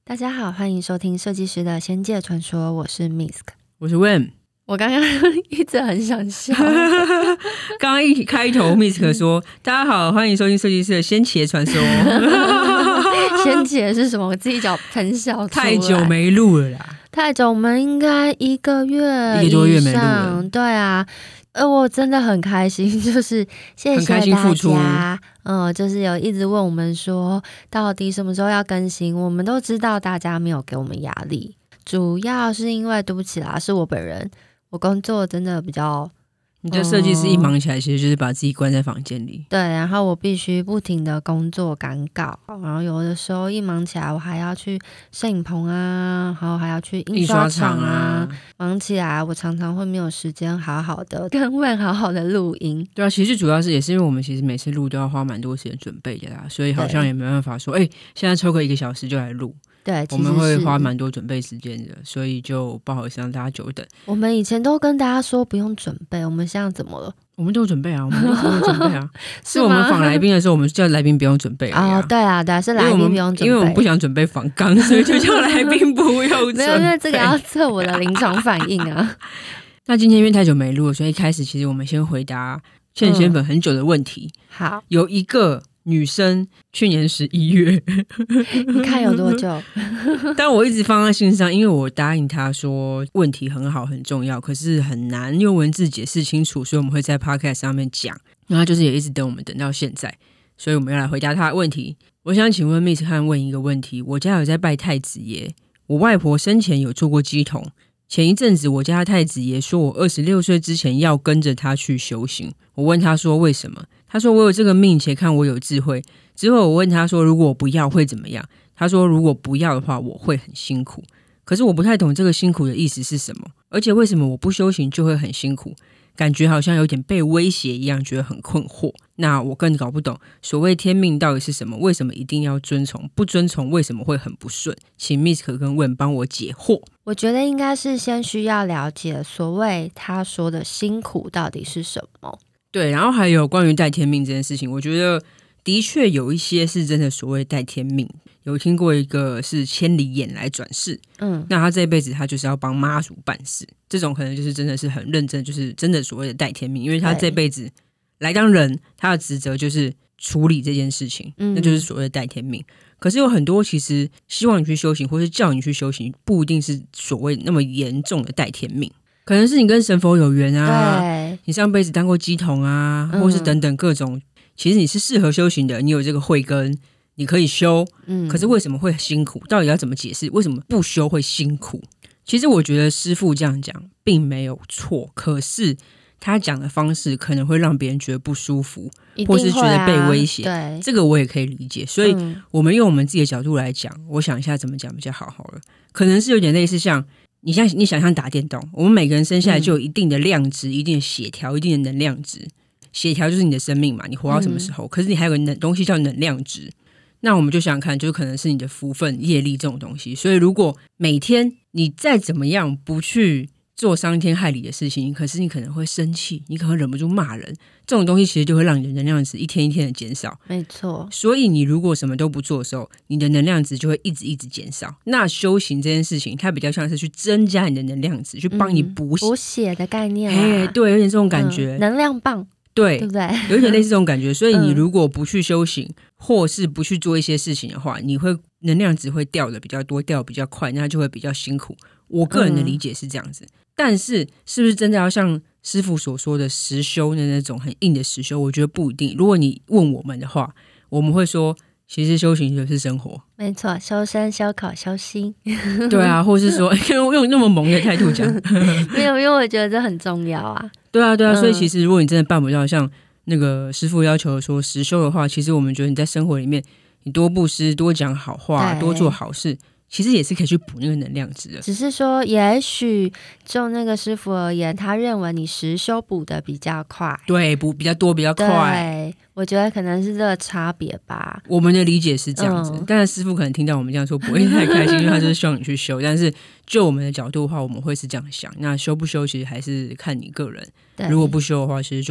大家好，欢迎收听设计师的仙界传说，我是 Misk， 我是 Wim。 我刚刚一直很想笑刚刚一开头 Misk 说大家好，欢迎收听设计师的仙茄传说仙界是什么？我自己找喷笑出来， 太久没录了啦， 太久，我们应该1个月 1个多月没录了。 对啊，我真的很开心，就是谢谢很开心付出大家，就是有一直问我们说到底什么时候要更新，我们都知道大家没有给我们压力，主要是因为对不起啦，是我本人，我工作真的比较你这设计师一忙起来其实就是把自己关在房间里， 对，然后我必须不停的工作赶稿，然后有的时候一忙起来我还要去摄影棚啊，然后还要去印刷厂啊，忙起来我常常会没有时间好好的跟问好好的录音。 对啊，其实主要是也是因为我们其实每次录都要花蛮多时间准备的啦，所以好像也没办法说现在抽个1个小时就来录， 对， 我们会花蛮多准备时间的，所以就不好意思让大家久等。 我们以前都跟大家说不用准备，我们现在怎么了？ 我们都有准备啊，我们都有准备啊。是我们访来宾的时候，我们叫来宾不用准备啊。 对啊，是来宾不用准备， 因为我们不想准备访纲，所以就叫来宾不用准备。 没有，因为这个要测我的临场反应啊。 那今天因为太久没录了，所以一开始其实我们先回答欠仙粉很久的问题。 好， 有一个女生去年11月你看有多久但我一直放在心上，因为我答应她说问题很好很重要，可是很难用文字解释清楚，所以我们会在 podcast 上面讲，然后她就是也一直等我们等到现在，所以我们要来回答她的问题。我想请问 Miss 汉问一个问题，我家有在拜太子爷，我外婆生前有做过乩童，前一阵子我家太子爷说我26岁之前要跟着他去修行，我问他说为什么，他说我有这个命且看我有智慧，之后我问他说如果我不要会怎么样，他说如果不要的话我会很辛苦，可是我不太懂这个辛苦的意思是什么，而且为什么我不修行就会很辛苦，感觉好像有点被威胁一样，觉得很困惑。那我更搞不懂所谓天命到底是什么，为什么一定要遵从，不遵从为什么会很不顺，请 Misk 跟 Win 帮我解惑。 我觉得应该是先需要了解所谓他说的辛苦到底是什么。 对，然后还有关于带天命这件事情，我觉得的确有一些是真的所谓带天命，有听过一个是千里眼来转世，那他这一辈子他就是要帮妈祖办事，这种可能就是真的是很认真，就是真的所谓的带天命，因为他这辈子来当人，他的职责就是处理这件事情，那就是所谓的带天命。可是有很多其实希望你去修行或是叫你去修行，不一定是所谓那么严重的带天命，可能是你跟神佛有缘啊，你上辈子当过乩童啊，或是等等各种，其实你是适合修行的，你有这个慧根你可以修，可是为什么会辛苦，到底要怎么解释为什么不修会辛苦。其实我觉得师父这样讲并没有错，可是他讲的方式可能会让别人觉得不舒服，或是觉得被威胁， 对， 这个我也可以理解，所以我们用我们自己的角度来讲，我想一下怎么讲比较好了。可能是有点类似像你想象打电动，我们每个人生下来就有一定的量值，一定的血条，一定的能量值，血条就是你的生命嘛，你活到什么时候，可是你还有个东西叫能量值，那我们就想想看，就可能是你的福分业力这种东西。所以如果每天你再怎么样不去做伤天害理的事情，可是你可能会生气，你可能忍不住骂人，这种东西其实就会让你的能量值一天一天的减少。 没错， 所以你如果什么都不做的时候，你的能量值就会一直减少。那修行这件事情它比较像是去增加你的能量值，去帮你补血的概念对，有点这种感觉， 能量棒，对不对？ 有点类似这种感觉。所以你如果不去修行，或是不去做一些事情的话，你会能量值会掉的比较多，掉的比较快，那就会比较辛苦。我个人的理解是这样子，但是是不是真的要像师父所说的实修的那种很硬的实修，我觉得不一定。如果你问我们的话，我们会说其实修行就是生活， 没错，修身修口修心对啊，或是说用那么萌的态度讲没有，因为我觉得这很重要啊。 对啊，所以其实如果你真的办不到像那个师父要求说实修的话，其实我们觉得你在生活里面你多布施，多讲好话，多做好事，其实也是可以去补那个能量值的。 只是说也许就那个师父而言，他认为你实修补的比较快， 对，补比较多比较快， 对，我觉得可能是这个差别吧。 我们的理解是这样子，但是师父可能听到我们这样说不会太开心，因为他就是希望你去修，但是就我们的角度的话，我们会是这样想，那修不修其实还是看你个人，如果不修的话其实就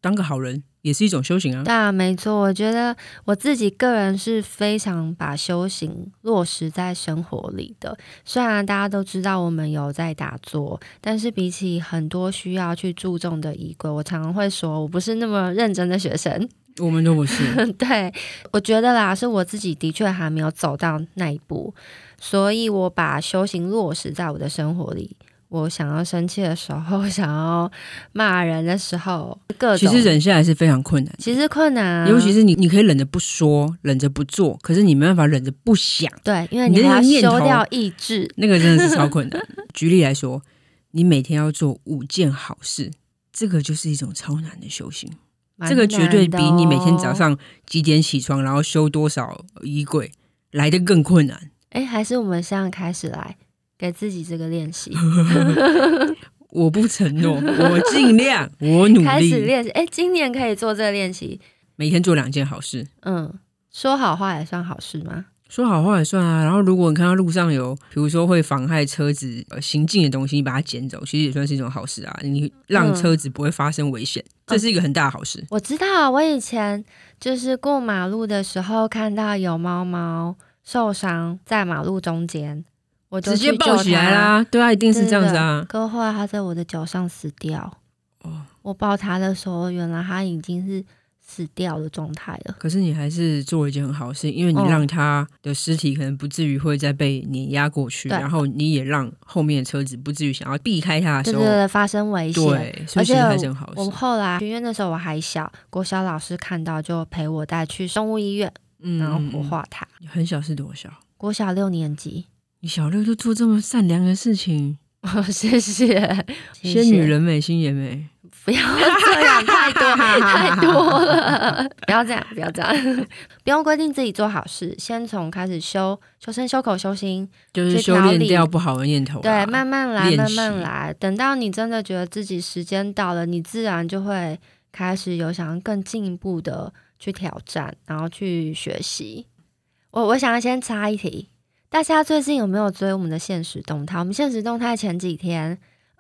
当个好人也是一种修行啊。 对啊，没错，我觉得我自己个人是非常把修行落实在生活里的。虽然大家都知道我们有在打坐，但是比起很多需要去注重的仪轨，我常常会说我不是那么认真的学生。 我们都不是。 对，我觉得啦，是我自己的确还没有走到那一步，所以我把修行落实在我的生活里。我想要生气的时候，想要骂人的时候，各种其实忍下来是非常困难的， 其实困难啊， 尤其是你可以忍着不说，忍着不做，可是你没办法忍着不想。 对，因为你还要修掉意志， 那个真的是超困难。举例来说，你每天要做5件好事，这个就是一种超难的修行。这个绝对比你每天早上几点起床，然后修多少仪轨来得更困难。 还是我们现在开始来给自己这个练习。 我不承诺，我尽量，我努力开始练习。今年可以做这个练习， 每天做2件好事。 说好话也算好事吗？ 说好话也算啊。然后如果你看到路上有比如说会妨害车子行进的东西，你把它捡走，其实也算是一种好事啊。你让车子不会发生危险，这是一个很大的好事。 我知道，我以前就是过马路的时候看到有猫猫受伤在马路中间，我就直接抱起来啦。对啊，一定是这样子啊。 可后来他在我的脚上死掉。我抱他的时候，原来他已经是死掉的状态了。 可是你还是做了一件很好的事，因为你让他的尸体可能不至于会再被碾压过去，然后你也让后面的车子不至于想要避开他的时候对发生危险。 对，所以其实还是很好的事。 我后来因为那时候我还小，国小老师看到就陪我带去动物医院，然后火化他。 很小是多小？ 国小6年级。 你小6就做这么善良的事情。 谢谢。 仙女人美心也美。 不要这样，太多了。不要这样，不用规定自己做好事，先从开始修身、修口、修心， 就是修炼掉不好的念头。 对，慢慢来，等到你真的觉得自己时间到了，你自然就会开始有想要更进一步的去挑战，然后去学习。我想要先插一题，大家最近有没有追我们的现实动态？我们现实动态前几天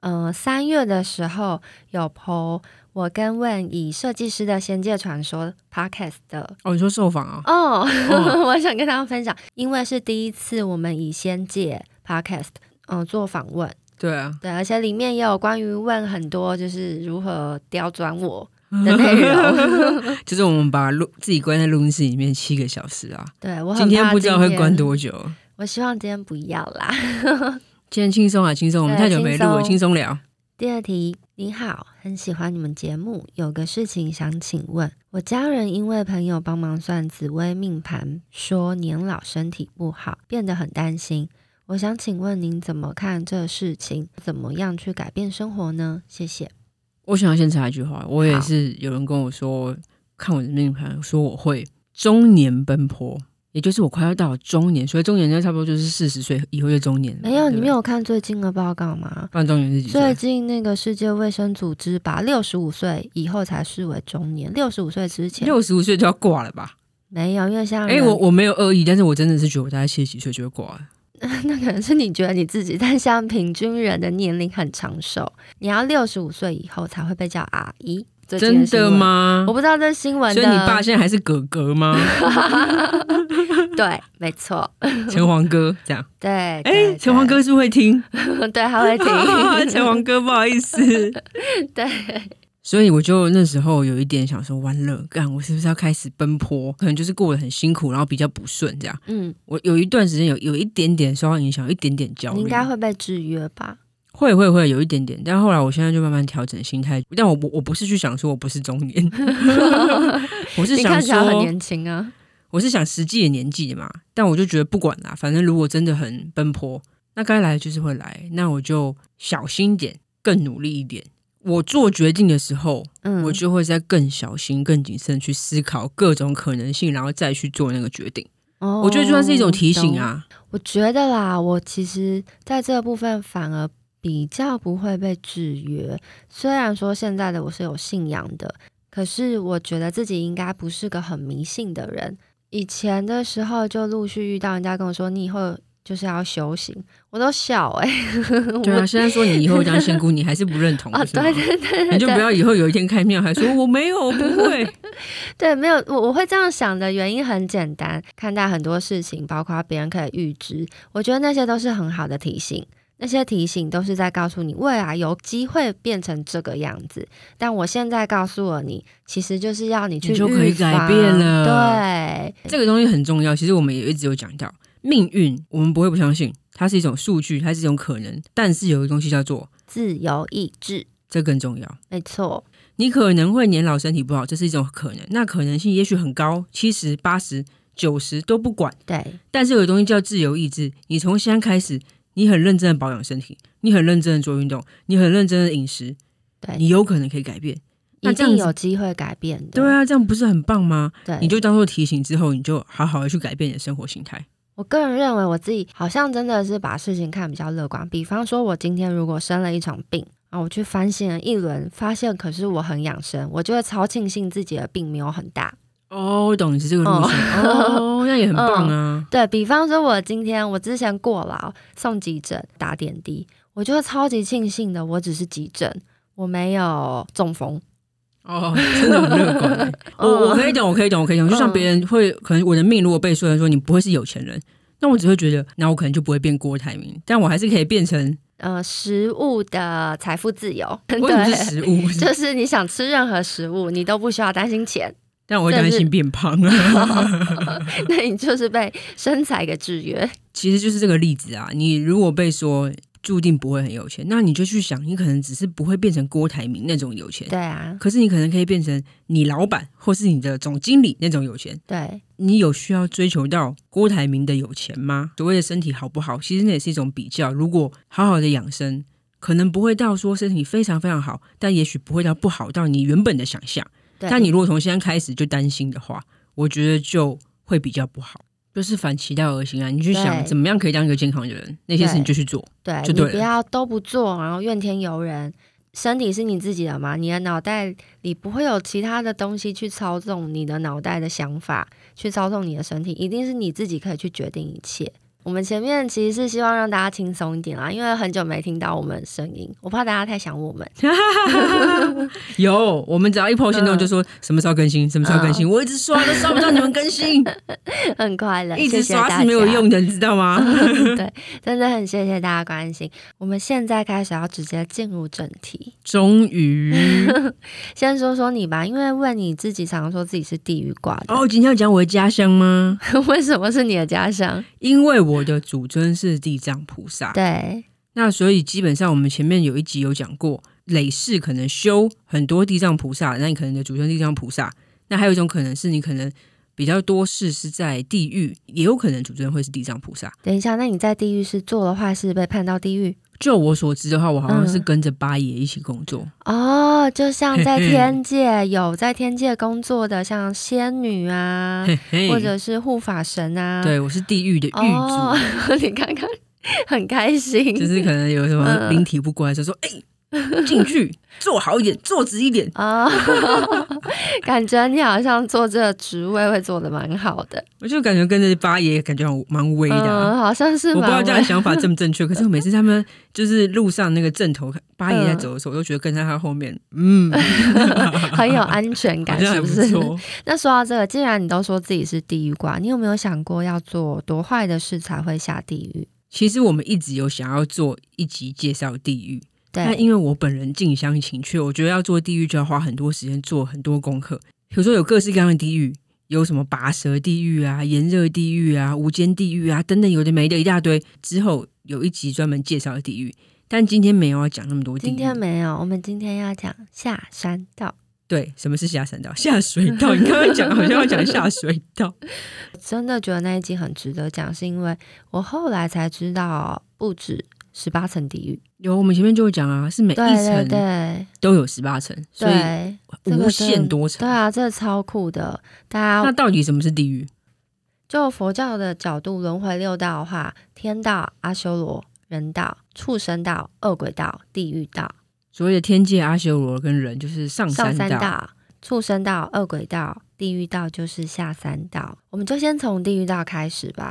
3月的时候有 po 我跟问以设计师的仙界传说 podcast 的。 你说受访啊？ 我想跟大家分享，因为是第一次我们以仙界 podcast 做访问。 对啊， 对，而且里面也有关于问很多就是如何刁钻我的内容。 就是我们把自己关在录音室里面7个小时啊。 对，我很怕今天不知道会关多久。 我希望今天不要啦。 今天轻松啊，轻松，我们太久没录了，轻松聊。 第2题，你好，很喜欢你们节目，有个事情想请问。我家人因为朋友帮忙算紫微命盘，说年老身体不好，变得很担心。我想请问您怎么看这事情？怎么样去改变生活呢？谢谢。 我想要先插一句话，我也是有人跟我说，看我的命盘，说我会中年奔波。也就是我快要到中年，所以中年就差不多就是40岁以后就中年了。 没有，你没有看最近的报告吗？ 不然中年是几岁？ 最近那个世界卫生组织把65岁以后才视为中年，65岁之前 65岁就要挂了吧？ 没有，因为像我没有恶意，但是我真的是觉得我大概70几岁就会挂了。 那可能是你觉得你自己，但像平均人的年龄很长寿，你要65岁以后才会被叫阿姨。 真的吗？ 我不知道这新闻的。 所以你爸现在还是哥哥吗？ 对，没错。 城隍哥这样。 对， 城隍哥是会听。 对，他会听。 城隍哥不好意思。 对。 所以我就那时候有一点想说，完了，我是不是要开始奔波？可能就是过得很辛苦，然后比较不顺这样。我有一段时间有一点点受到影响，有一点点焦虑。 你应该会被制约吧？ 会有一点点，但后来我现在就慢慢调整心态。但我不是去想说我不是中年，我是想说你看起来很年轻啊。 我是想实际的年纪嘛，但我就觉得不管啦，反正如果真的很奔波，那该来的就是会来，那我就小心点，更努力一点。我做决定的时候，我就会再更小心、更谨慎去思考各种可能性，然后再去做那个决定。我觉得就算是一种提醒啊。 我觉得啦，我其实在这个部分反而比较不会被制约，虽然说现在的我是有信仰的，可是我觉得自己应该不是个很迷信的人。以前的时候就陆续遇到人家跟我说，你以后就是要修行。我都笑对啊，现在说你以后当仙姑，你还是不认同的对对对， 你就不要以后有一天开庙还说我没有，我不会。 对，没有，我会这样想的原因很简单，看待很多事情，包括别人可以预知，我觉得那些都是很好的提醒。那些提醒都是在告诉你未来有机会变成这个样子，但我现在告诉了你，其实就是要你去预防， 你就可以改变了。 对， 这个东西很重要。其实我们也一直有讲到，命运我们不会不相信，它是一种数据，它是一种可能，但是有一个东西叫做自由意志， 这更重要。 没错， 你可能会年老身体不好，这是一种可能，那可能性也许很高，70、80、90都不管。 对， 但是有个东西叫自由意志，你从现在开始，你很认真的保养身体，你很认真的做运动，你很认真的饮食， 对， 你有可能可以改变， 一定有机会改变的。 对啊，这样不是很棒吗？ 对， 你就当做提醒之后，你就好好的去改变你的生活形态。 我个人认为我自己好像真的是把事情看比较乐观，比方说我今天如果生了一场病，然后我去反省了一轮，发现可是我很养生，我就会超庆幸自己的病没有很大。 哦，我懂你是这个路线那也很棒啊。 对，比方说我今天我之前过劳送急诊打点滴，我就会超级庆幸的，我只是急诊，我没有中风。 真的很乐观我可以懂，就像别人会可能我的命如果被说你不会是有钱人，那我只会觉得那我可能就不会变郭台铭，但我还是可以变成食物的财富自由。 为什么是食物？ 就是你想吃任何食物，你都不需要担心钱。 但我会担心变胖那你就是被身材给制约。 其实就是这个例子啊，你如果被说注定不会很有钱，那你就去想，你可能只是不会变成郭台铭那种有钱， 对啊， 可是你可能可以变成你老板或是你的总经理那种有钱。 对， 你有需要追求到郭台铭的有钱吗？所谓的身体好不好，其实那也是一种比较。如果好好的养生，可能不会到说身体非常非常好，但也许不会到不好到你原本的想象。但你如果从现在开始就担心的话，我觉得就会比较不好，就是反其道而行啊！你去想怎么样可以当一个健康的人，那些事情就去做， 对， 就对了。 你不要都不做，然后怨天尤人。身体是你自己的嘛，你的脑袋里不会有其他的东西去操纵你的脑袋的想法，去操纵你的身体，一定是你自己可以去决定一切。我们前面其实是希望让大家轻松一点啦，因为很久没听到我们的声音，我怕大家太想我们。 有，我们只要一po行动就说什么时候更新，什么时候更新，我一直刷都刷不到你们更新， 很快乐， 一直刷是没有用的，你知道吗？ 对，真的很谢谢大家关心。我们现在开始要直接进入正题， 终于先说说你吧，因为问你自己常说自己是地狱卦的。 今天要讲我的家乡吗？ 为什么是你的家乡？ 因为我的祖尊是地藏菩萨， 对， 那所以基本上我们前面有一集有讲过，累世可能修很多地藏菩萨，那你可能的祖尊地藏菩萨，那还有一种可能是你可能比较多事是在地狱，也有可能祖尊会是地藏菩萨。 等一下，那你在地狱是做了坏事被判到地狱？ 就我所知的话，我好像是跟着八爷一起工作。 就像在天界有在天界工作的，像仙女啊，或者是护法神啊。 对，我是地狱的狱主。 你看看，很开心。 就是可能有什么灵体不乖，就说进去做好一点，做直一点感觉你好像做这个职位会做得蛮好的。 我就感觉跟着八爷感觉蛮威的好像是。 我不知道这样的想法正不正确，可是我每次他们就是路上那个阵头八爷在走的时候，我都觉得跟在他后面很有安全感，是不是？那说到这个，既然你都说自己是地狱卦，你有没有想过要做多坏的事才会下地狱？ 其实我们一直有想要做一集介绍地狱，但因为我本人近乡情怯，我觉得要做地狱就要花很多时间做很多功课。比如说有各式各样的地狱，有什么拔舌地狱啊、炎热地狱啊、无间地狱啊等等，有的没的一大堆。之后有一集专门介绍地狱，但今天没有要讲那么多地狱。 今天没有，我们今天要讲下山道。 对，什么是下山道？下水道。你刚刚讲好像要讲下水道。 我真的觉得那一集很值得讲，是因为我后来才知道不止18层地狱。 有，我们前面就有讲啊，是每一层都有18层，所以无限多层。 对啊，这个超酷的。大家那到底什么是地狱？ 就佛教的角度，轮回六道的话，天道、阿修罗、人道、畜生道、恶鬼道、地狱道。 所谓的天界、阿修罗跟人就是上三道， 畜生道、恶鬼道、地狱道就是下三道。我们就先从地狱道开始吧。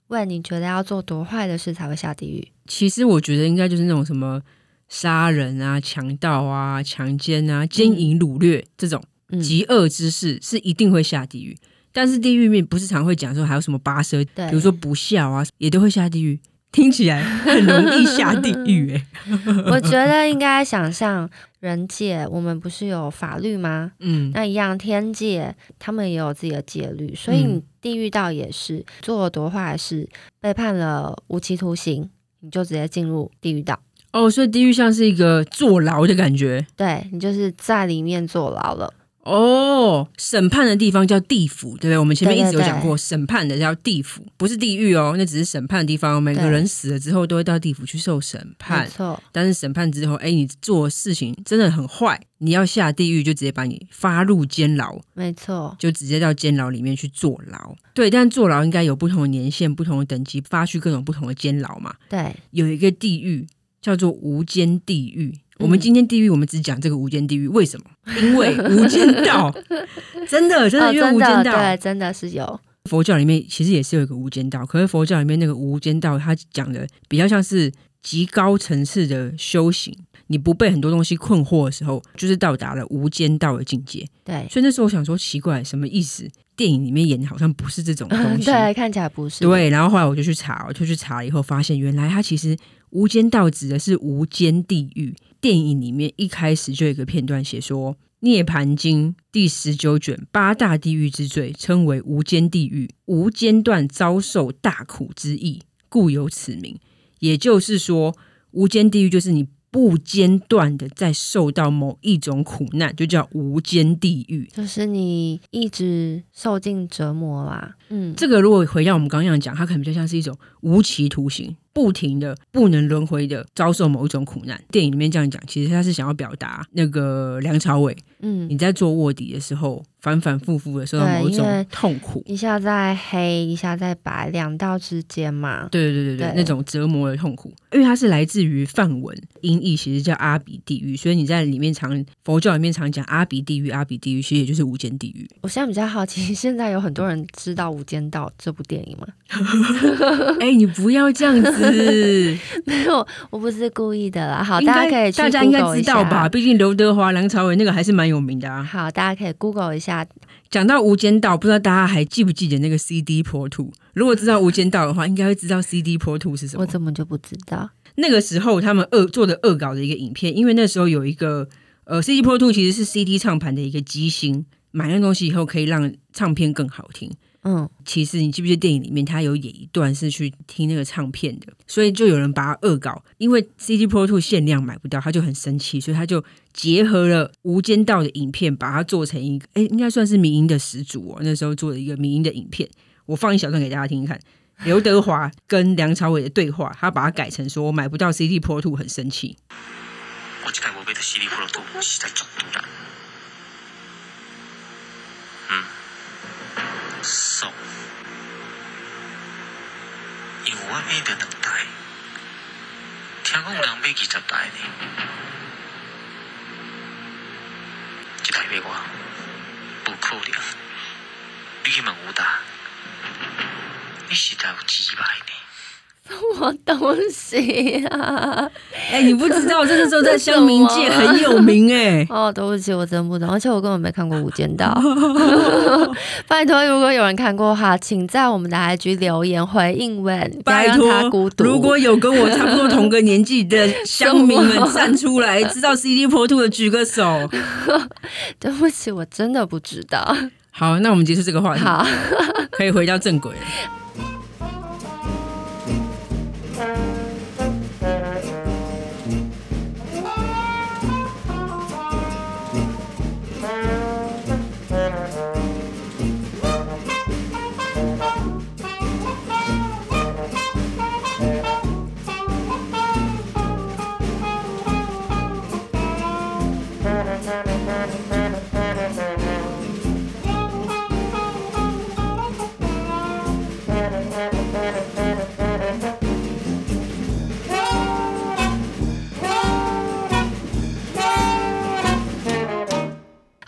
问你觉得要做多坏的事才会下地狱？ 其实我觉得应该就是那种什么杀人啊、强盗啊、强奸啊、奸淫掳掠这种极恶之事是一定会下地狱。但是地狱面不是常会讲说还有什么拔舌，比如说不孝啊，也都会下地狱。听起来很容易下地狱我觉得应该想象人界，我们不是有法律吗？那一样天界他们也有自己的戒律，所以你地狱道也是做了多坏的事，被判了无期徒刑，你就直接进入地狱道。 所以地狱像是一个坐牢的感觉。 对，你就是在里面坐牢了。 审判的地方叫地府，对不对？我们前面一直有讲过，审判的叫地府，不是地狱那只是审判的地方。每个人死了之后都会到地府去受审判， 没错。 但是审判之后，你做事情真的很坏，你要下地狱，就直接把你发入监牢， 没错， 就直接到监牢里面去坐牢。对，但坐牢应该有不同的年限、不同的等级，发去各种不同的监牢嘛。 对， 有一个地狱叫做无间地狱。我们今天地狱，我们只讲这个无间地狱，为什么？因为无间道，真的因为无间道， 对，真的是有。 佛教里面其实也是有一个无间道，可是佛教里面那个无间道，它讲的比较像是极高层次的修行。你不被很多东西困惑的时候，就是到达了无间道的境界。 对， 所以那时候我想说，奇怪，什么意思？电影里面演的好像不是这种东西， 对，看起来不是。 对，然后后来我就去查了以后，发现原来它其实无间道指的是无间地狱。电影里面一开始就有一个片段写说，《涅盘经》第19卷8大地狱之罪，称为无间地狱，无间断遭受大苦之意，故有此名。也就是说，无间地狱就是你不间断的在受到某一种苦难，就叫无间地狱， 就是你一直受尽折磨啦。 这个如果回到我们刚刚讲，它可能比较像是一种无期徒刑，不停的不能轮回的遭受某一种苦难。电影里面这样讲，其实他是想要表达那个梁朝伟，你在做卧底的时候反反复复的受到某一种痛苦， 一下在黑一下在白，两道之间嘛。 对，那种折磨的痛苦，因为它是来自于梵文，音译其实叫阿鼻地狱，所以你在里面佛教里面常讲阿鼻地狱，其实也就是无间地狱。 我现在比较好奇，现在有很多人知道《无间道》这部电影吗？ 你不要这样子没有，我不是故意的啦。好，大家可以去 Google 一下， 大家应该知道吧？毕竟刘德华、梁朝伟那个还是蛮有名的啊。 好，大家可以 Google 一下。 讲到无间道，不知道大家还记不记得那个 CD Pro 2？ 如果知道无间道的话，应该会知道 CD Pro 2是什么。 我怎么就不知道？ 那个时候他们做的恶搞的一个影片，因为那时候有一个CD Pro 2其实是 CD 唱盘的一个机芯，买那东西以后可以让唱片更好听。其实你记不记得电影里面他有演一段是去听那个唱片的，所以就有人把它恶搞，因为 CD Pro 2限量买不到，他就很生气，所以他就结合了无间道的影片，把它做成一个应该算是迷因的始祖那时候做的一个迷因的影片，我放一小段给大家听听看。刘德华跟梁朝伟的对话，他把它改成说我买不到 CD Pro 2很生气。我这次没买到 CD Pro 2实在足突然。爽，因为我买到2台，听讲有人买20台呢，一台买我，不可能。你去问吴达，你实在有几百呢？ 什么东西啊？ 你不知道，这个时候在乡民界很有名对不起，我真不懂，而且我根本没看过《无间道》。拜托，如果有人看过的话，请在我们的 IG 留言回应问，不要让他孤独。 如果有跟我差不多同个年纪的乡民们站出来，知道 CD Pro 2的举个手。 对不起，我真的不知道。 好，那我们结束这个话题， 好， 可以回到正轨了。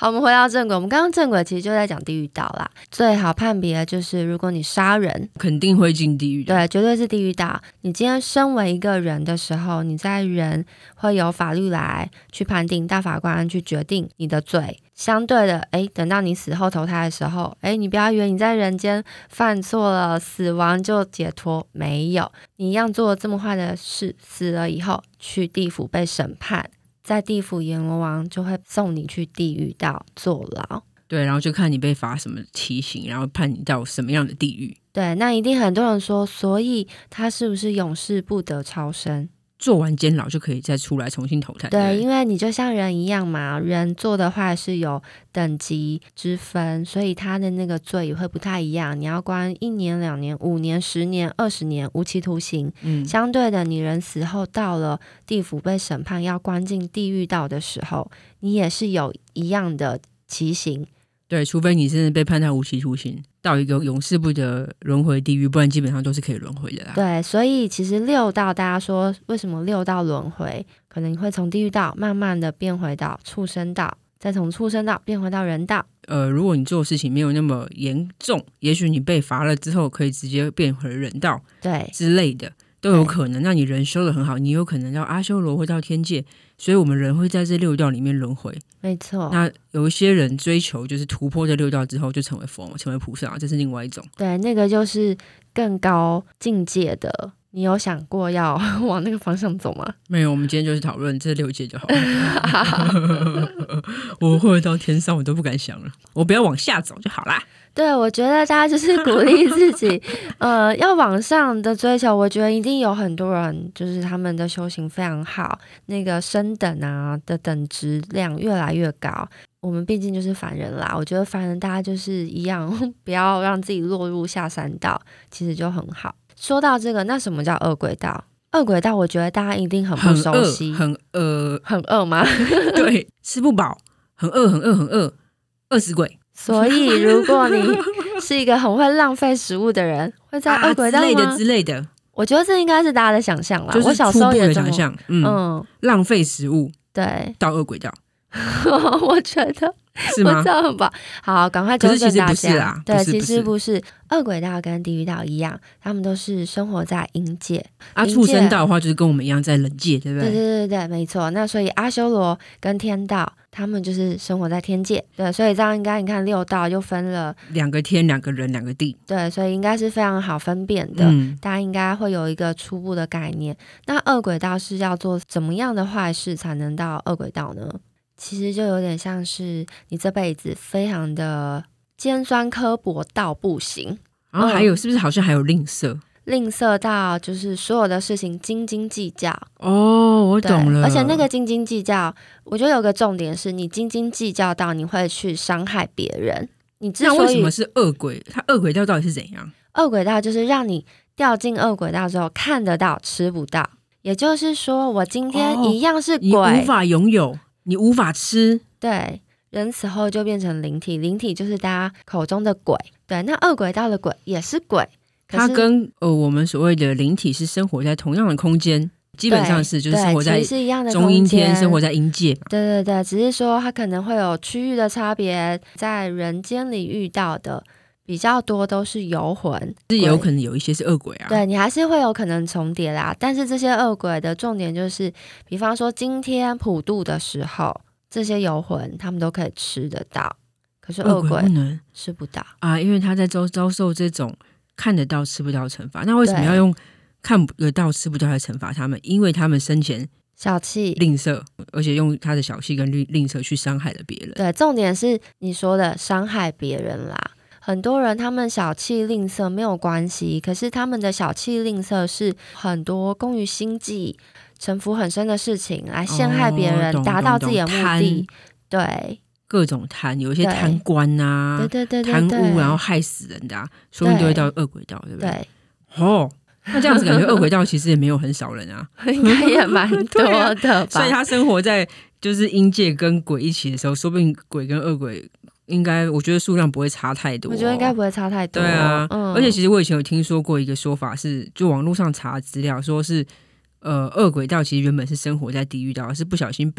好，我们回到正轨，我们刚刚正轨其实就在讲地狱道啦。最好判别的就是如果你杀人， 肯定会进地狱的， 对，绝对是地狱道。你今天身为一个人的时候，你在人会有法律来去判定，大法官去决定你的罪。相对的，等到你死后投胎的时候，你不要以为你在人间犯错了，死亡就解脱，没有，你一样做了这么坏的事，死了以后去地府被审判，在地府阎罗王就会送你去地狱道坐牢。 对，然后就看你被罚什么题刑，然后判你到什么样的地狱。 对，那一定很多人说，所以他是不是永世不得超生？ 做完监牢就可以再出来重新投胎。 对，因为你就像人一样嘛，人做的坏是有等级之分，所以他的那个罪也会不太一样。你要关1年、2年、5年、10年、20年无期徒刑。相对的，你人死后到了地府被审判要关进地狱道的时候，你也是有一样的期刑。 对，除非你真的被判到无期徒刑，到一个永世不得轮回地狱，不然基本上都是可以轮回的啦。 对，所以其实6道，大家说为什么6道轮回，可能你会从地狱道慢慢的变回到畜生道，再从畜生道变回到人道。 如果你做的事情没有那么严重，也许你被罚了之后可以直接变回人道，对之类的都有可能。那你人修得很好，你有可能到阿修罗，会到天界，所以我们人会在这6道里面轮回。 没错。 那有一些人追求就是突破这6道之后就成为佛，成为菩萨，这是另外一种。 对，那个就是更高境界的。你有想过要往那个方向走吗？ 没有，我们今天就是讨论这6界就好了。我会不会到天上我都不敢想了，我不要往下走就好啦。 对，我觉得大家就是鼓励自己要往上的追求。我觉得一定有很多人就是他们的修行非常好，那个升等啊的等值量越来越高。我们毕竟就是凡人啦，我觉得凡人大家就是一样，不要让自己落入下三道，其实就很好。说到这个，那什么叫恶鬼道？恶鬼道我觉得大家一定很不熟悉。很饿吗？ 对，吃不饱，很饿，饿死鬼。 所以如果你是一个很会浪费食物的人，会在恶鬼道吗？ 之类的。我觉得这应该是大家的想象啦， 就是我小时候也这么想象。浪费食物， 对， 到恶鬼道。 我觉得是吗？ 我这样很棒。好，赶快纠正大家。 可是其实不是啦， 对，其实不是。恶鬼道跟地狱道一样，他们都是生活在阴界。 畜生道的话就是跟我们一样在人界，对不对？ 对，没错。那所以阿修罗跟天道，他们就是生活在天界。对，所以这样应该你看6道就分了 2个天、2个人、2个地。 对，所以应该是非常好分辨的。大家应该会有一个初步的概念。那恶鬼道是要做怎么样的坏事才能到恶鬼道呢？其实就有点像是你这辈子非常的尖酸刻薄到不行， 然后还有是不是好像还有吝啬到就是所有的事情斤斤计较。 我懂了。 而且那个斤斤计较，我觉得有个重点是你斤斤计较到你会去伤害别人。你之所以那为什么是恶鬼？它恶鬼道到底是怎样？ 恶鬼道就是让你掉进恶鬼道之后看得到吃不到，也就是说我今天一样是鬼， 你无法拥有，你无法吃。 对，人死后就变成灵体，灵体就是大家口中的鬼。对，那恶鬼道的鬼也是鬼， 它跟我们所谓的灵体是生活在同样的空间，基本上是就是生活在中阴天，生活在阴界嘛。 对，只是说它可能会有区域的差别，在人间里遇到的比较多都是游魂， 也有可能有一些是恶鬼啊。 对，你还是会有可能重叠啦。但是这些恶鬼的重点就是，比方说今天普渡的时候，这些游魂他们都可以吃得到，可是恶鬼不能吃不到啊，因为他在遭受这种看得到吃不到惩罚。那为什么要用看得到吃不到来惩罚他们？因为他们生前小气吝啬，而且用他的小气跟吝啬去伤害了别人。 对，重点是你说的伤害别人啦。很多人他们小气吝啬没有关系，可是他们的小气吝啬是很多功于心计、城府很深的事情来陷害别人，达到自己的目的。对， 各种贪，有一些贪官啊， 对， 贪污然后害死人的说不定都会到恶鬼道，对不对？ 对。 那这样子感觉恶鬼道其实也没有很少人啊， 应该也蛮多的吧。 所以他生活在就是阴界跟鬼一起的时候，说不定鬼跟恶鬼应该我觉得数量不会差太多。 我觉得应该不会差太多。 对啊，而且其实我以前有听说过一个说法是，就网络上查资料说是恶鬼道其实原本是生活在地狱道，是不小心被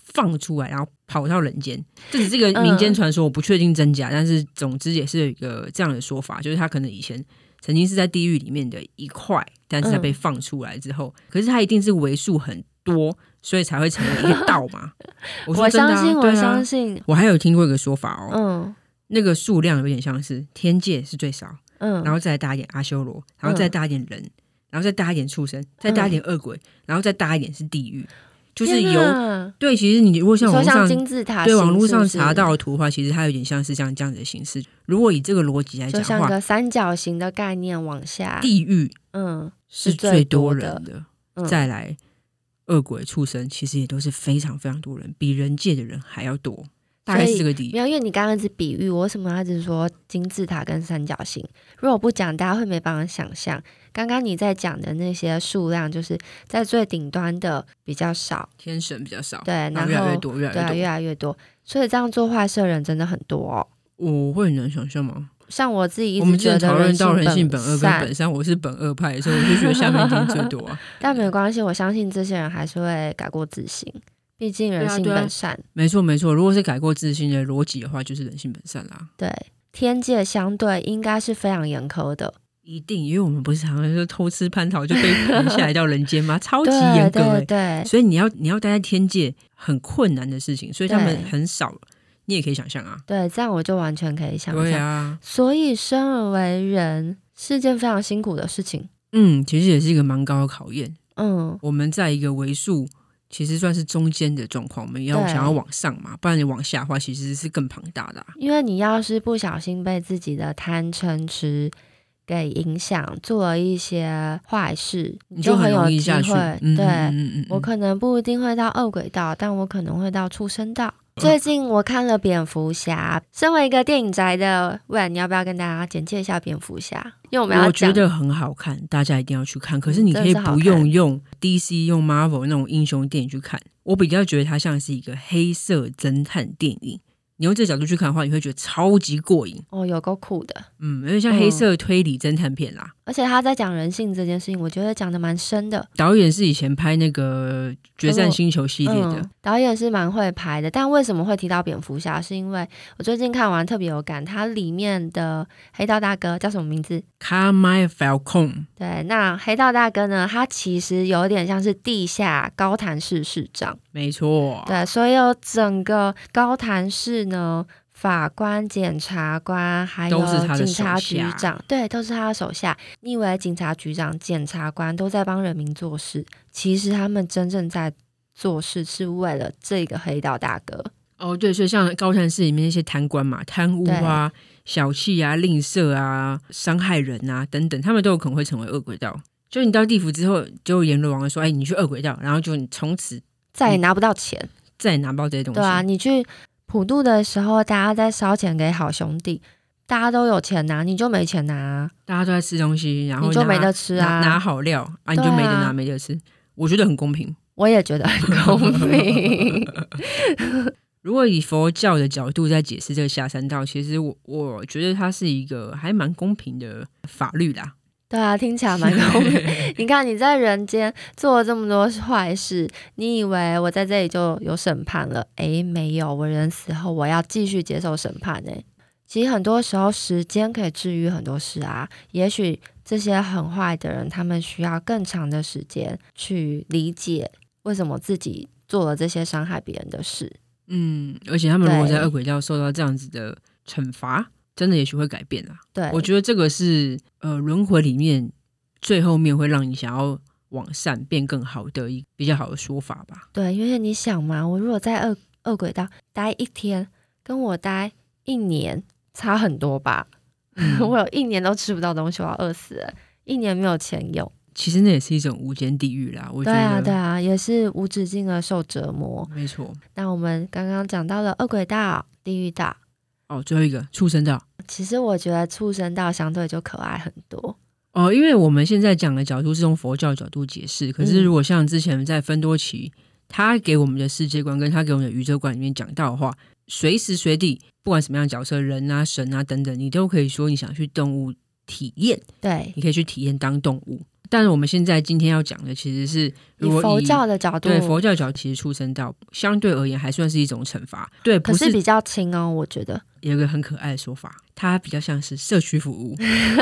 放出来，然后跑到人间。这只是一个民间传说，我不确定真假，但是总之也是有一个这样的说法，就是他可能以前曾经是在地狱里面的一块，但是他被放出来之后，可是他一定是为数很多，所以才会成为一个道嘛。我说真的、啊、 我相信。 我还有听过一个说法哦，那个数量有点像是天界是最少，然后再大一点阿修罗，然后再大一点人，然后再大一点畜生，再大一点恶鬼，然后再大一点是地狱。就是对，其实你如果像网络上金字塔对网络上查到的图的话，其实它有点像是像这样子的形式。如果以这个逻辑来讲的话， 就像个三角形的概念往下， 地狱是最多人的，再来恶鬼畜生其实也都是非常非常多人，比人界的人还要多。大概是这个地狱。 没有，因为你刚刚是比喻，我为什么要只说金字塔跟三角形？如果不讲，大家会没办法想象。刚刚你在讲的那些数量，就是在最顶端的比较少， 天神比较少， 对，然后越来越多，越来越多， 对，越来越多。所以这样做坏事的人真的很多哦。 我会很难想象吗？ 像我自己一直我们之前讨论到人性本恶跟本善，我是本恶派，所以我就觉得下面一定最多啊。 但没关系，我相信这些人还是会改过自新。毕竟人性本善， 没错没错。如果是改过自新的逻辑的话，就是人性本善啦。 对，天界相对应该是非常严苛的， 一定，因为我们不是常常说偷吃蟠桃就被đánh下来到人间吗？超级严格对对， 所以你要待在天界很困难的事情，所以他们很少，你也可以想象啊。 对，这样我就完全可以想象。 对啊， 所以生而为人是件非常辛苦的事情。 其实也是一个蛮高的考验。我们在一个为数其实算是中间的状况，我们想要往上嘛，不然你往下的话其实是更庞大的啊。 因为你要是不小心被自己的贪嗔痴给影响，做了一些坏事，你就很有机会。对，我可能不一定会到恶鬼道，但我可能会到畜生道。最近我看了蝙蝠侠，身为一个电影宅的喂，你要不要跟大家简介一下蝙蝠侠？因为我们要觉得很好看，大家一定要去看。可是你可以不用DC 用 Marvel 那种英雄电影去看，我比较觉得它像是一个黑色侦探电影。你用这个角度去看的话，你会觉得超级过瘾哦，有够酷的。 有点像黑色推理侦探片啦。 而且他在讲人性这件事情，我觉得讲得蛮深的。 导演是以前拍那个决战星球系列的， 导演是蛮会拍的。但为什么会提到蝙蝠侠，是因为我最近看完特别有感，他里面的黑道大哥叫什么名字？ Carmine Falcone。 对，那黑道大哥呢，他其实有点像是地下高谭市市长。 没错， 对，所有整个高谭市呢，法官、检察官还有警察局长，对，都是他的手下。你以为警察局长、检察官都在帮人民做事，其实他们真正在做事是为了这个黑道大哥。 哦，对，所以像高谭市里面那些贪官嘛，贪污啊、小气啊、吝啬啊、伤害人啊等等，他们都有可能会成为恶鬼道。就你到地府之后，就阎罗王说：“哎，你去恶鬼道，然后就你从此再也拿不到钱， 再也拿不到这些东西。” 对啊，你去普渡的时候，大家在烧钱给好兄弟，大家都有钱拿，你就没钱拿。 大家都在吃东西，然后你就没得吃啊， 拿好料啊，你就没得拿，没得吃。我觉得很公平， 我也觉得很公平。 如果以佛教的角度在解释这个下三道，其实我觉得它是一个还蛮公平的法律啦。 对啊，听起来蛮公平。你看你在人间做了这么多坏事，你以为我在这里就有审判了？没有，我人死后我要继续接受审判。其实很多时候时间可以治愈很多事啊。也许这些很坏的人，他们需要更长的时间去理解为什么自己做了这些伤害别人的事。 而且他们如果在恶鬼道受到这样子的惩罚，真的也许会改变啦。 对， 我觉得这个是轮回里面最后面会让你想要往善变更好的一比较好的说法吧。 对，因为你想嘛，我如果在恶鬼道待一天，跟我待1年差很多吧。我有1年都吃不到东西，我要饿死了，1年没有钱用。 其实那也是一种无间地狱啦，我觉得。 对啊，也是无止境的受折磨。 没错。 那我们刚刚讲到了恶鬼道、地狱道， 最后一个畜生道。 其实我觉得畜生道相对就可爱很多。 因为我们现在讲的角度是用佛教角度解释，可是如果像之前在芬多奇他给我们的世界观跟他给我们的宇宙观里面讲到的话，随时随地不管什么样的角色，人啊、神啊等等，你都可以说你想去动物体验。 对， 你可以去体验当动物。 但是我们现在今天要讲的其实是以佛教的角度， 对佛教的角度，其实畜生道相对而言还算是一种惩罚，对， 可是比较轻哦，我觉得有一个很可爱的说法，它比较像是社区服务。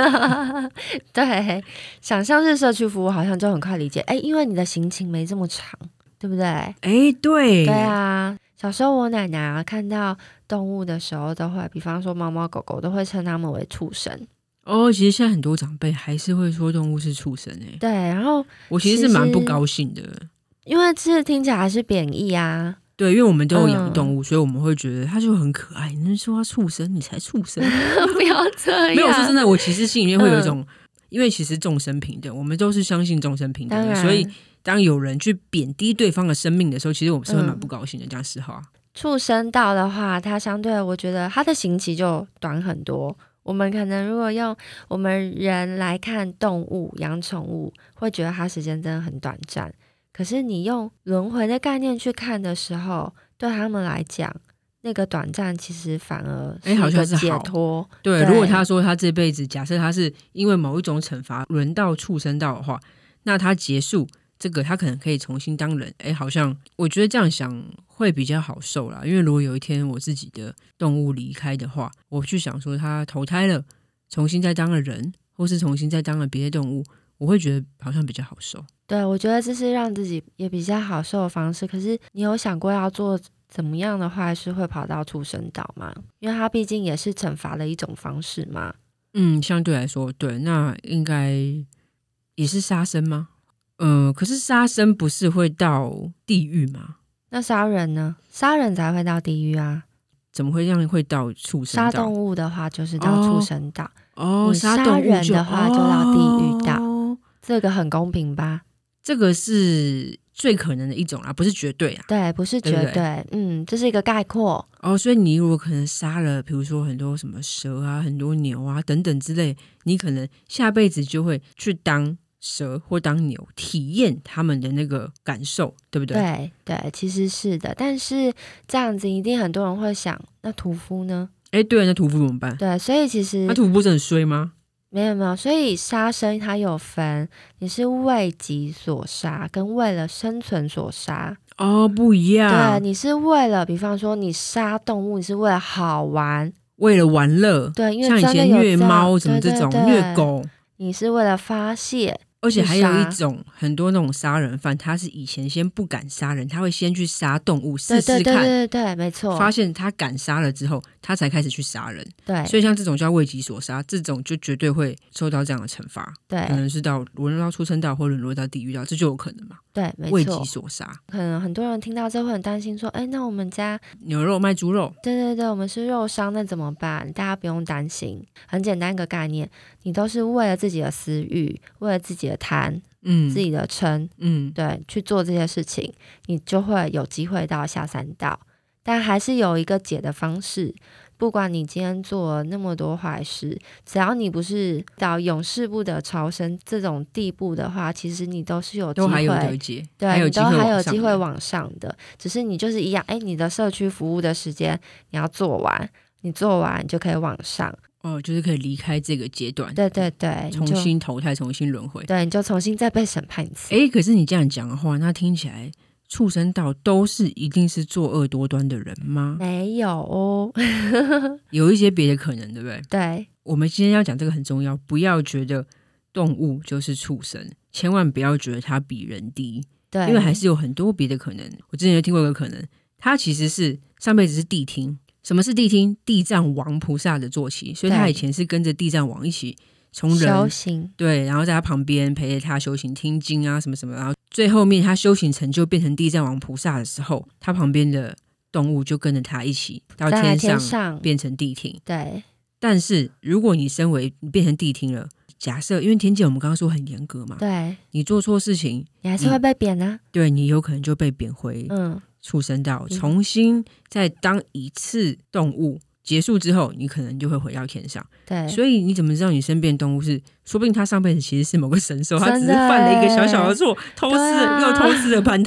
对，想象是社区服务好像就很快理解，因为你的行情没这么长，对不对？ 对啊，小时候我奶奶看到动物的时候都会，比方说猫猫狗狗都会称它们为畜生。 其实现在很多长辈还是会说动物是畜生对，然后我其实是蛮不高兴的， 因为这听起来还是贬义啊。 对，因为我们都有养动物，所以我们会觉得它就很可爱。你说它畜生，你才畜生， 不要这样。 没有，说真的，我其实心里面会有一种，因为其实众生平等，我们都是相信众生平等的，所以当有人去贬低对方的生命的时候，其实我们是会蛮不高兴的。这样时候啊， 畜生道的话，它相对我觉得它的刑期就短很多。我们可能如果用我们人来看动物养宠物，会觉得它时间真的很短暂。可是你用轮回的概念去看的时候，对他们来讲，那个短暂其实反而是一个解脱。 对，如果他说他这辈子，假设他是因为某一种惩罚轮到畜生道的话，那他结束这个，他可能可以重新当人。好像我觉得这样想会比较好受啦。因为如果有一天我自己的动物离开的话，我去想说他投胎了，重新再当了人，或是重新再当了别的动物，我会觉得好像比较好受。 对，我觉得这是让自己也比较好受的方式。可是你有想过要做怎么样的坏事会跑到畜生道吗？因为它毕竟也是惩罚的一种方式嘛。 相对来说，对，那应该也是杀生吗？可是杀生不是会到地狱吗？ 那杀人呢？杀人才会到地狱啊。 怎么会这样会到畜生道？ 杀动物的话就是到畜生道，你杀人的话就到地狱道。这个很公平吧？ 这个是最可能的一种啦，不是绝对啊。 对，不是绝对，这是一个概括。 所以你如果可能杀了比如说很多什么蛇啊，很多牛啊等等之类，你可能下辈子就会去当蛇或当牛，体验他们的那个感受，对不对？ 对对，其实是的。但是这样子一定很多人会想，那屠夫呢？ 对，那屠夫怎么办？ 对，所以其实那屠夫真的衰吗？ 没有，所以杀生它有分，你是为己所杀跟为了生存所杀。 不一样。 对，你是为了，比方说你杀动物，你是为了好玩， 为了玩乐。 对，因为像以前虐猫什么这种，虐狗， 你是为了发泄。 而且还有一种很多那种杀人犯，他是以前先不敢杀人，他会先去杀动物试试看， 对，没错。 发现他敢杀了之后，他才开始去杀人。 对， 所以像这种叫为己所杀，这种就绝对会受到这样的惩罚。 对， 可能是到沦落到畜生道或沦落到地狱道，这就有可能嘛。 对，没错， 为己所杀。 可能很多人听到这会很担心，说：“那我们家牛肉卖猪肉。” 对，我们是肉商，那怎么办？大家不用担心，很简单一个概念，你都是为了自己的私欲，为了自己的贪。自己的嗔，对，去做这些事情，你就会有机会到下三道。但还是有一个解的方式，不管你今天做了那么多坏事，只要你不是到永世不得超生这种地步的话，其实你都是有机会， 都还有得解， 对，你都还有机会往上的。只是你就是一样，你的社区服务的时间你要做完，你做完你就可以往上。 就是可以离开这个阶段， 对， 重新投胎，重新轮回， 对，你就重新再被审判一次。 可是你这样讲的话，那听起来畜生道都是一定是作恶多端的人吗？ 没有哦， 有一些别的可能，对不对？ 对， 我们今天要讲这个很重要，不要觉得动物就是畜生，千万不要觉得它比人低， 对， 因为还是有很多别的可能。我之前有听过一个可能，它其实是上辈子是谛听。什么是谛听？地藏王菩萨的坐骑，所以他以前是跟着地藏王一起从人修行， 对，然后在他旁边陪着他修行听经啊什么什么，然后最后面他修行成就变成地藏王菩萨的时候，他旁边的动物就跟着他一起到天上变成谛听。 对， 但是如果你身为你变成谛听了，假设因为天界我们刚刚说很严格嘛， 对， 你做错事情你还是会被贬啊， 对，你有可能就被贬回畜生道，重新再当一次动物，结束之后你可能就会回到天上。 对， 所以你怎么知道你身边的动物是，说不定他上辈子其实是某个神兽，他只是犯了一个小小的错，又偷吃了蟠桃。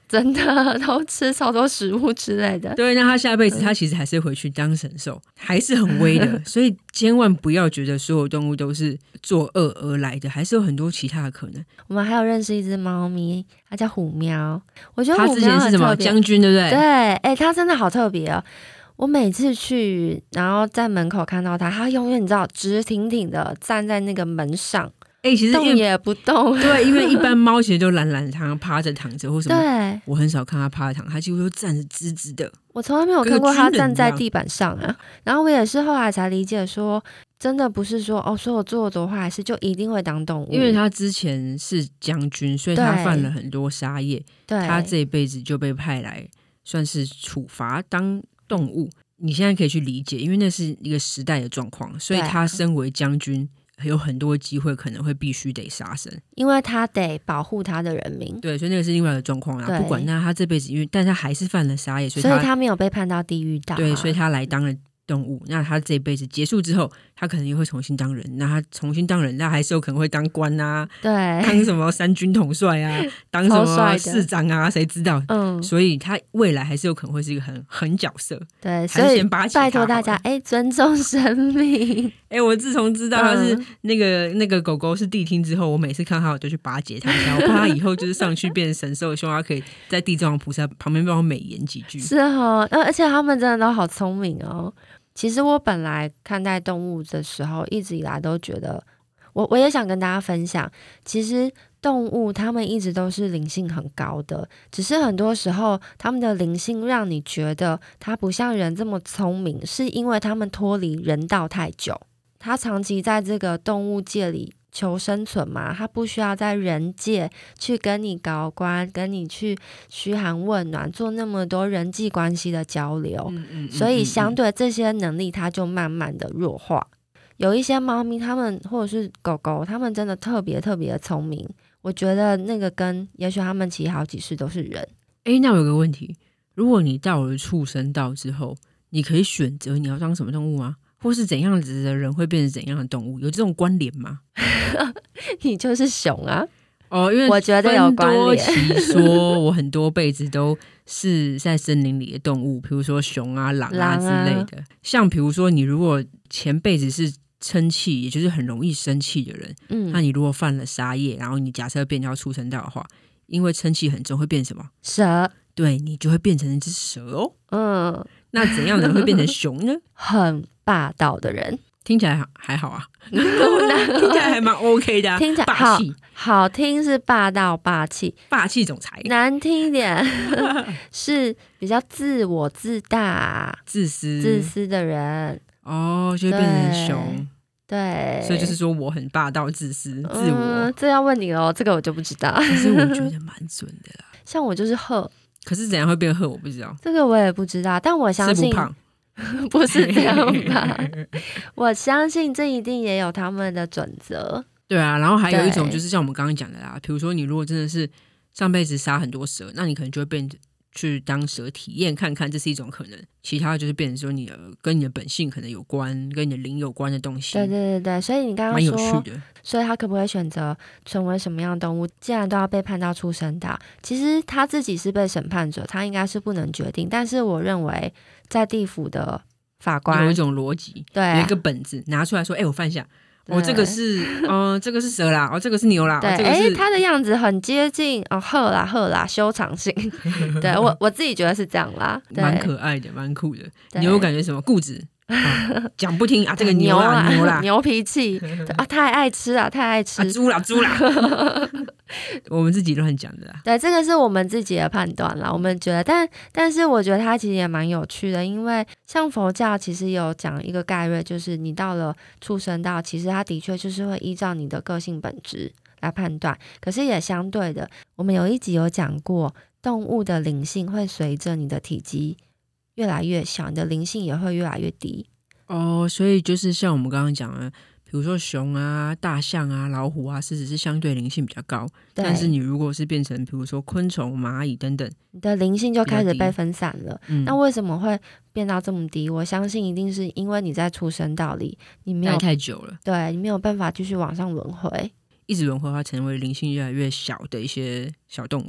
真的都吃超多食物之类的。 对，那他下辈子他其实还是回去当神兽，还是很威的。所以千万不要觉得所有动物都是作恶而来的，还是有很多其他的可能。 我们还有认识一只猫咪，它叫虎喵。我觉得虎喵他之前是什么将军，对不对？ 对，它真的好特别哦。我每次去，然后在门口看到它，它永远你知道直挺挺的站在那个门上。 其实动也不动。 对，因为一般猫其实都懒懒躺趴着躺着或什么， 对， 我很少看它趴着躺，它几乎都站着直直的。 我从来没有看过它站在地板上啊。然后我也是后来才理解说，真的不是说所有做多坏事就一定会当动物， 因为他之前是将军，所以他犯了很多杀业，他这一辈子就被派来算是处罚当动物。你现在可以去理解，因为那是一个时代的状况，所以他身为将军有很多机会可能会必须得杀生，因为他得保护他的人民。 对，所以那个是另外的状况啦。不管那他这辈子，因为但他还是犯了杀业，所以他没有被判到地狱道。 对，所以他来当了动物。那他这一辈子结束之后，他可能也会重新当人。那他重新当人，那还是有可能会当官啊， 对， 当什么三军统帅啊，当什么市长啊，谁知道？所以他未来还是有可能会是一个狠角色。 对，所以拜托大家，尊重生命。 我自从知道他是那个狗狗是谛听之后，我每次看他我就去巴结他一下，我怕他以后就是上去变成神兽，希望他可以在地藏王菩萨旁边帮我美言几句。 是哦，而且他们真的都好聪明哦。其实我本来看待动物的时候，一直以来都觉得，我也想跟大家分享，其实动物它们一直都是灵性很高的，只是很多时候它们的灵性让你觉得它不像人这么聪明，是因为它们脱离人道太久，它长期在这个动物界里求生存嘛，它不需要在人界去跟你搞关，跟你去嘘寒问暖，做那么多人际关系的交流，所以相对这些能力它就慢慢的弱化。有一些猫咪它们或者是狗狗，它们真的特别特别的聪明，我觉得那个跟也许它们其实好几世都是人。 那我有个问题，如果你到了畜生道之后，你可以选择你要当什么动物吗？或是怎样子的人会变成怎样的动物？有这种关联吗？ 你就是熊啊！ 因为我觉得有关联。 说我很多辈子都是在森林里的动物，比如说熊啊、狼啊之类的。像比如说，你如果前辈子是嗔气，也就是很容易生气的人，那你如果犯了杀业，然后你假设变到畜生道的话，因为嗔气很重，会变什么？ 蛇。 对，你就会变成一只蛇哦。那怎样的人会变成熊呢？ 很霸道的人。 听起来还好啊，听起来还蛮 OK 的， 听起来霸气， 好听是霸道霸气总裁， 难听一点是比较自我自大、 自私的人就会变成熊。 对， 所以就是说我很霸道、自私、自我。 这要问你咯，这个我就不知道。 可是我觉得蛮准的啦。 像我就是鹤， 可是怎样会变鹤我不知道， 这个我也不知道，但我相信吃不胖。 不是这样吧？我相信这一定也有他们的准则。 对啊，然后还有一种就是像我们刚刚讲的啦，比如说你如果真的是上辈子杀很多蛇，那你可能就会变去当蛇体验看看，这是一种可能。其他就是变成说你跟你的本性可能有关，跟你的灵有关的东西。 对对对对，所以你刚刚说蛮有趣的。所以他可不可以选择成为什么样的动物？既然都要被判到畜生道，其实他自己是被审判者，他应该是不能决定。但是我认为在地府的法官有一种逻辑， 对， 有一个本子拿出来说，我犯下。这个是这个是蛇啦，这个是牛啦， 对，它的样子很接近鹤啦，修长性。对，我自己觉得是这样啦， 蛮可爱的，蛮酷的。牛感觉什么固执，讲不听啊，这个牛啦， 牛脾气啊，太爱吃啊， 猪啦，我们自己乱讲的啦。 对，这个是我们自己的判断啦，我们觉得，但是我觉得它其实也蛮有趣的，因为像佛教其实有讲一个概率，就是你到了畜生道，其实它的确就是会依照你的个性本质来判断，可是也相对的，我们有一集有讲过，动物的灵性会随着你的体积越来越小，你的灵性也会越来越低。 所以就是像我们刚刚讲的，比如说熊啊、大象啊、老虎啊，狮子是相对灵性比较高，但是你如果是变成比如说昆虫、蚂蚁等等， 你的灵性就开始被分散了。那为什么会变到这么低？我相信一定是因为你在畜生道里，你没有待太久了， 对，你没有办法继续往上轮回， 一直轮回的话，成为灵性越来越小的一些小动物。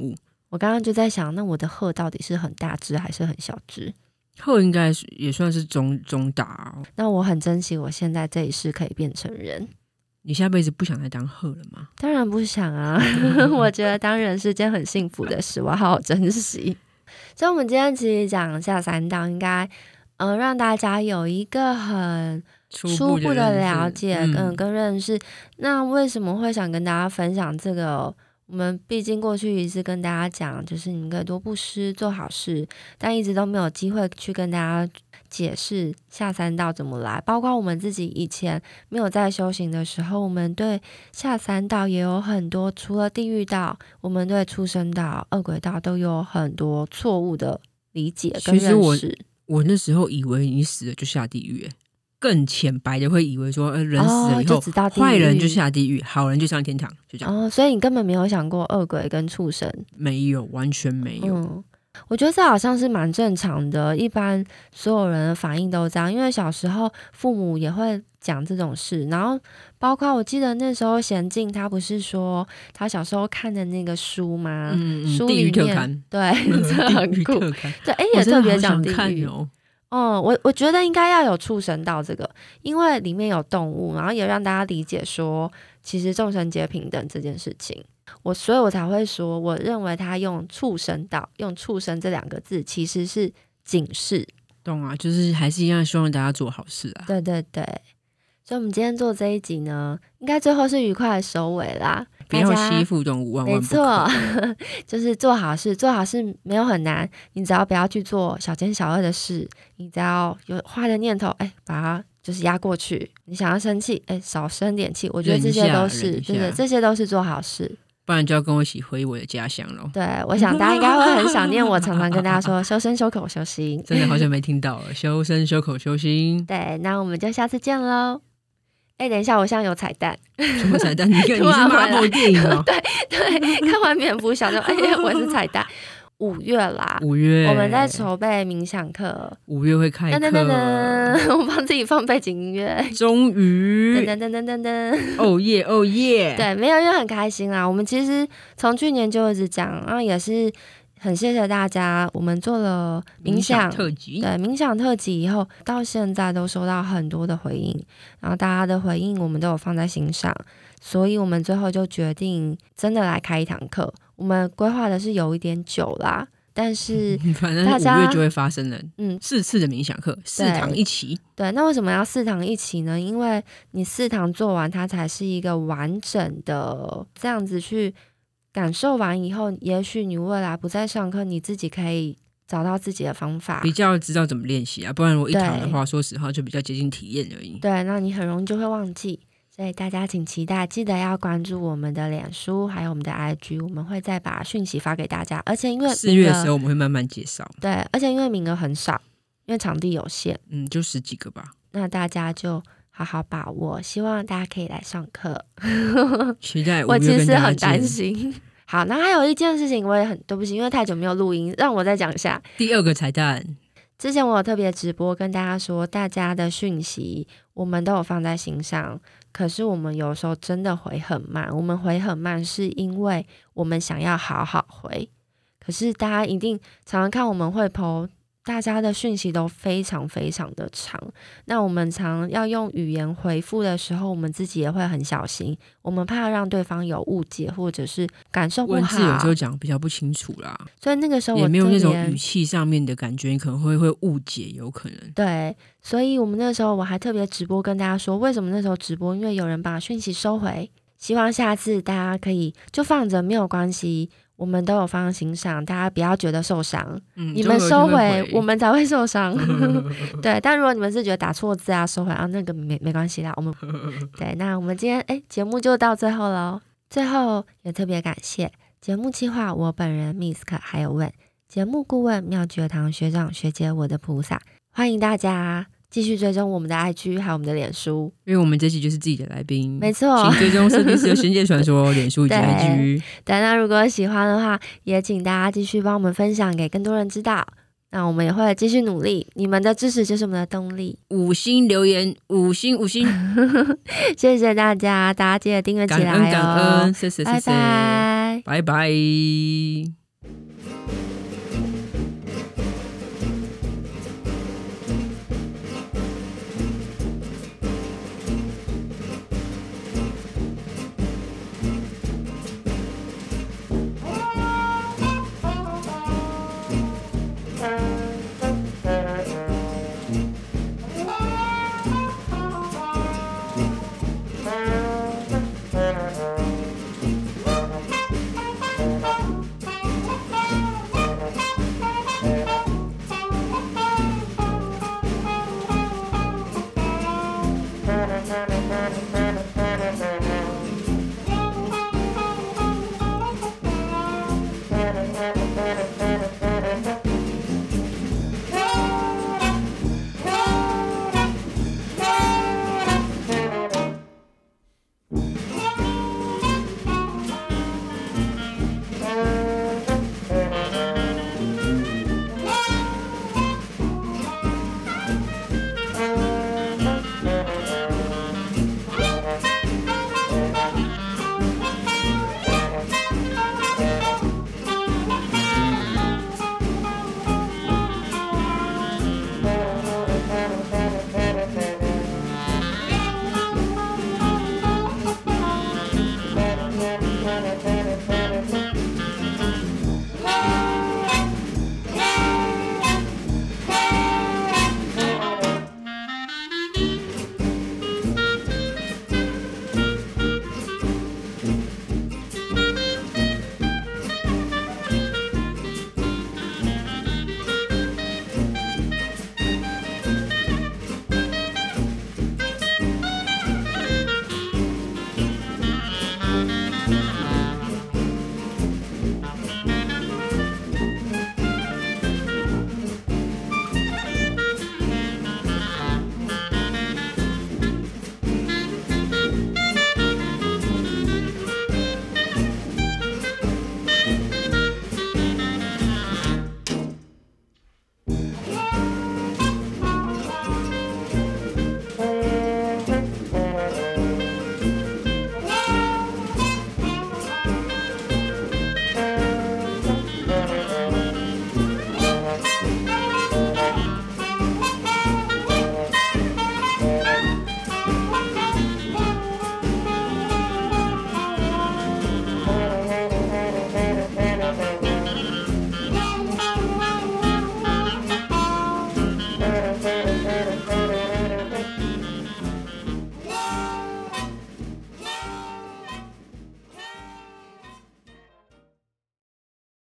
我刚刚就在想，那我的鹤到底是很大只还是很小只？ 鹤应该也算是中大哦。 那我很珍惜我现在这一世可以变成人。 你下辈子不想再当鹤了吗？ 当然不想啊我觉得当人是件很幸福的事，我要好好珍惜。所以我们今天其实讲下三道应该让大家有一个很初步的了解跟认识。那为什么会想跟大家分享这个？我们毕竟过去一直跟大家讲，就是你们可以多布施做好事，但一直都没有机会去跟大家解释下三道怎么来。包括我们自己以前没有在修行的时候，我们对下三道也有很多，除了地狱道，我们对畜生道、恶鬼道都有很多错误的理解跟认识。 其实我那时候以为你死了就下地狱，更浅白的会以为说人死了以后坏人就下地狱，好人就上天堂，就这样。 所以你根本没有想过恶鬼跟畜生？ 没有，完全没有。 我觉得这好像是蛮正常的，一般所有人的反应都这样，因为小时候父母也会讲这种事，然后包括我记得那时候贤静他不是说他小时候看的那个书吗？书里面地狱特刊， 对，这很酷。对，也特别讲地狱我觉得应该要有畜生道这个，因为里面有动物，然后也让大家理解说其实众生皆平等这件事情。所以我才会说，我认为他用畜生道，用畜生这2个字其实是警示。 懂啊，就是还是一样希望大家做好事啊。 对对对，所以我们今天做这一集呢，应该最后是愉快的收尾啦。 不要欺负动物，万万不可。 没错就是做好事，做好事没有很难，你只要不要去做小奸小恶的事，你只要有坏的念头，把它就是压过去。你想要生气，少生点气，我觉得这些都是，对，这些都是做好事。 不然就要跟我一起回我的家乡咯。 对，我想大家应该会很想念我常常跟大家说修身修口修心， 真的好久没听到了修身修口修心。 对，那我们就下次见咯。等一下，我现在有彩蛋。 什么彩蛋？你是 Marvel 电影哦？ 对，看完蝙蝠侠就我是彩蛋。5月啦 ，5月我们在筹备冥想课 ，5月会开课。 我帮自己放背景音乐， 终于哦耶哦耶！ 对，没有，因为很开心啦。我们其实从去年就一直讲，然后也是很谢谢大家。我们做了冥想特辑， 对，冥想特辑以后，到现在都收到很多的回应，然后大家的回应我们都有放在心上，所以我们最后就决定真的来开一堂课。我们规划的是有一点久啦，但是反正5月就会发生了。4次的冥想课，4堂一起。 对，那为什么要4堂一起呢？因为你4堂做完，它才是一个完整的这样子去感受完以后，也许你未来不再上课，你自己可以找到自己的方法， 比较知道怎么练习啊。不然我一堂的话，说实话就比较接近体验而已。 对，那你很容易就会忘记。所以大家请期待，记得要关注我们的脸书还有我们的 IG， 我们会再把讯息发给大家。而且因为 4月的时候我们会慢慢介绍。 对，而且因为名额很少，因为场地有限， 就10几个吧。 那大家就好好把握，希望大家可以来上课。 期待我其实很担心。好，那还有一件事情我也很对不起，因为太久没有录音，让我再讲一下第2个彩蛋。 之前我有特别直播跟大家说，大家的讯息我们都有放在心上，可是我们有时候真的回很慢。我们回很慢是因为我们想要好好回，可是大家一定常常看我们会 po， 大家的讯息都非常非常的长，那我们常要用语言回复的时候，我们自己也会很小心，我们怕让对方有误解或者是感受不好， 文字有时候讲比较不清楚啦， 所以那个时候我也没有那种语气上面的感觉，你可能会误解，有可能。 对，所以我们那时候我还特别直播跟大家说，为什么那时候直播，因为有人把讯息收回，希望下次大家可以就放着没有关系，我们都有放在心上，大家不要觉得受伤，你们收回我们才会受伤。对，但如果你们是觉得打错字啊收回啊，那个没关系啦，我们对，那我们今天节目就到最后咯。最后也特别感谢节目企划我本人 Misk 还有问节目顾问妙觉堂学长学姐我的菩萨，欢迎大家继续追踪我们的 IG 还有我们的脸书， 因为我们这期就是自己的来宾， 没错， 请追踪设计师的仙界传说脸书以及 IG。 对，那如果喜欢的话也请大家继续帮我们分享给更多人知道，那我们也会继续努力，你们的支持就是我们的动力。 5星留言，5星谢谢大家，大家记得订阅起来哦， 感恩，谢谢， 拜拜， 拜拜。